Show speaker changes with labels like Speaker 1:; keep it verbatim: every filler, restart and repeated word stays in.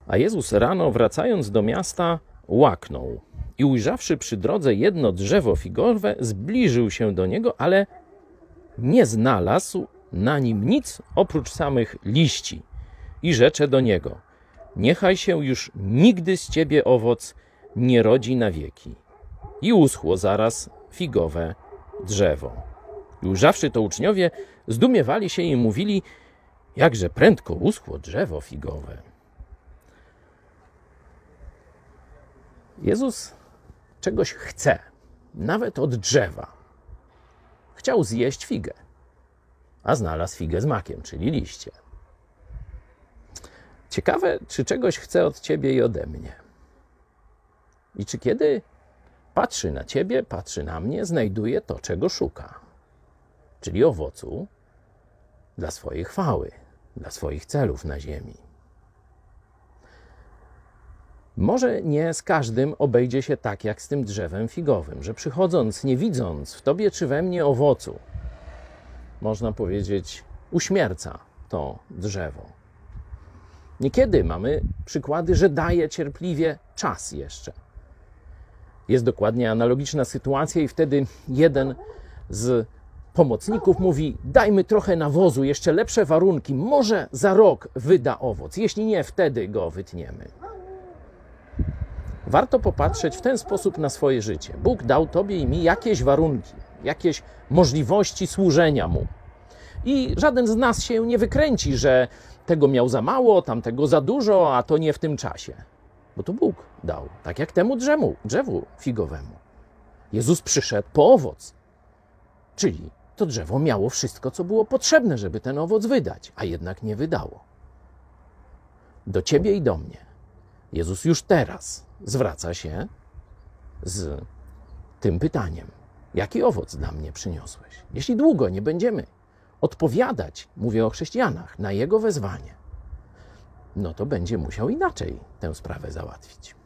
Speaker 1: A Jezus rano, wracając do miasta, łaknął i ujrzawszy przy drodze jedno drzewo figowe, zbliżył się do niego, ale nie znalazł na nim nic oprócz samych liści. I rzecze do niego: niechaj się już nigdy z ciebie owoc nie rodzi na wieki. I uschło zaraz figowe drzewo. I ujrzawszy to uczniowie, zdumiewali się i mówili: jakże prędko uschło drzewo figowe. Jezus czegoś chce, nawet od drzewa. Chciał zjeść figę, a znalazł figę z makiem, czyli liście. Ciekawe, czy czegoś chce od ciebie i ode mnie. I czy kiedy patrzy na ciebie, patrzy na mnie, znajduje to, czego szuka, czyli owocu dla swojej chwały, dla swoich celów na ziemi. Może nie z każdym obejdzie się tak, jak z tym drzewem figowym, że przychodząc, nie widząc w tobie czy we mnie owocu, można powiedzieć, uśmierca to drzewo. Niekiedy mamy przykłady, że daje cierpliwie czas jeszcze. Jest dokładnie analogiczna sytuacja i wtedy jeden z pomocników mówi: dajmy trochę nawozu, jeszcze lepsze warunki, może za rok wyda owoc, jeśli nie, wtedy go wytniemy. Warto popatrzeć w ten sposób na swoje życie. Bóg dał tobie i mi jakieś warunki, jakieś możliwości służenia Mu. I żaden z nas się nie wykręci, że tego miał za mało, tamtego za dużo, a to nie w tym czasie. Bo to Bóg dał, tak jak temu drzewu, drzewu figowemu. Jezus przyszedł po owoc, czyli to drzewo miało wszystko, co było potrzebne, żeby ten owoc wydać, a jednak nie wydało. Do ciebie i do mnie Jezus już teraz zwraca się z tym pytaniem: jaki owoc dla mnie przyniosłeś? Jeśli długo nie będziemy odpowiadać, mówię o chrześcijanach, na Jego wezwanie, no to będzie musiał inaczej tę sprawę załatwić.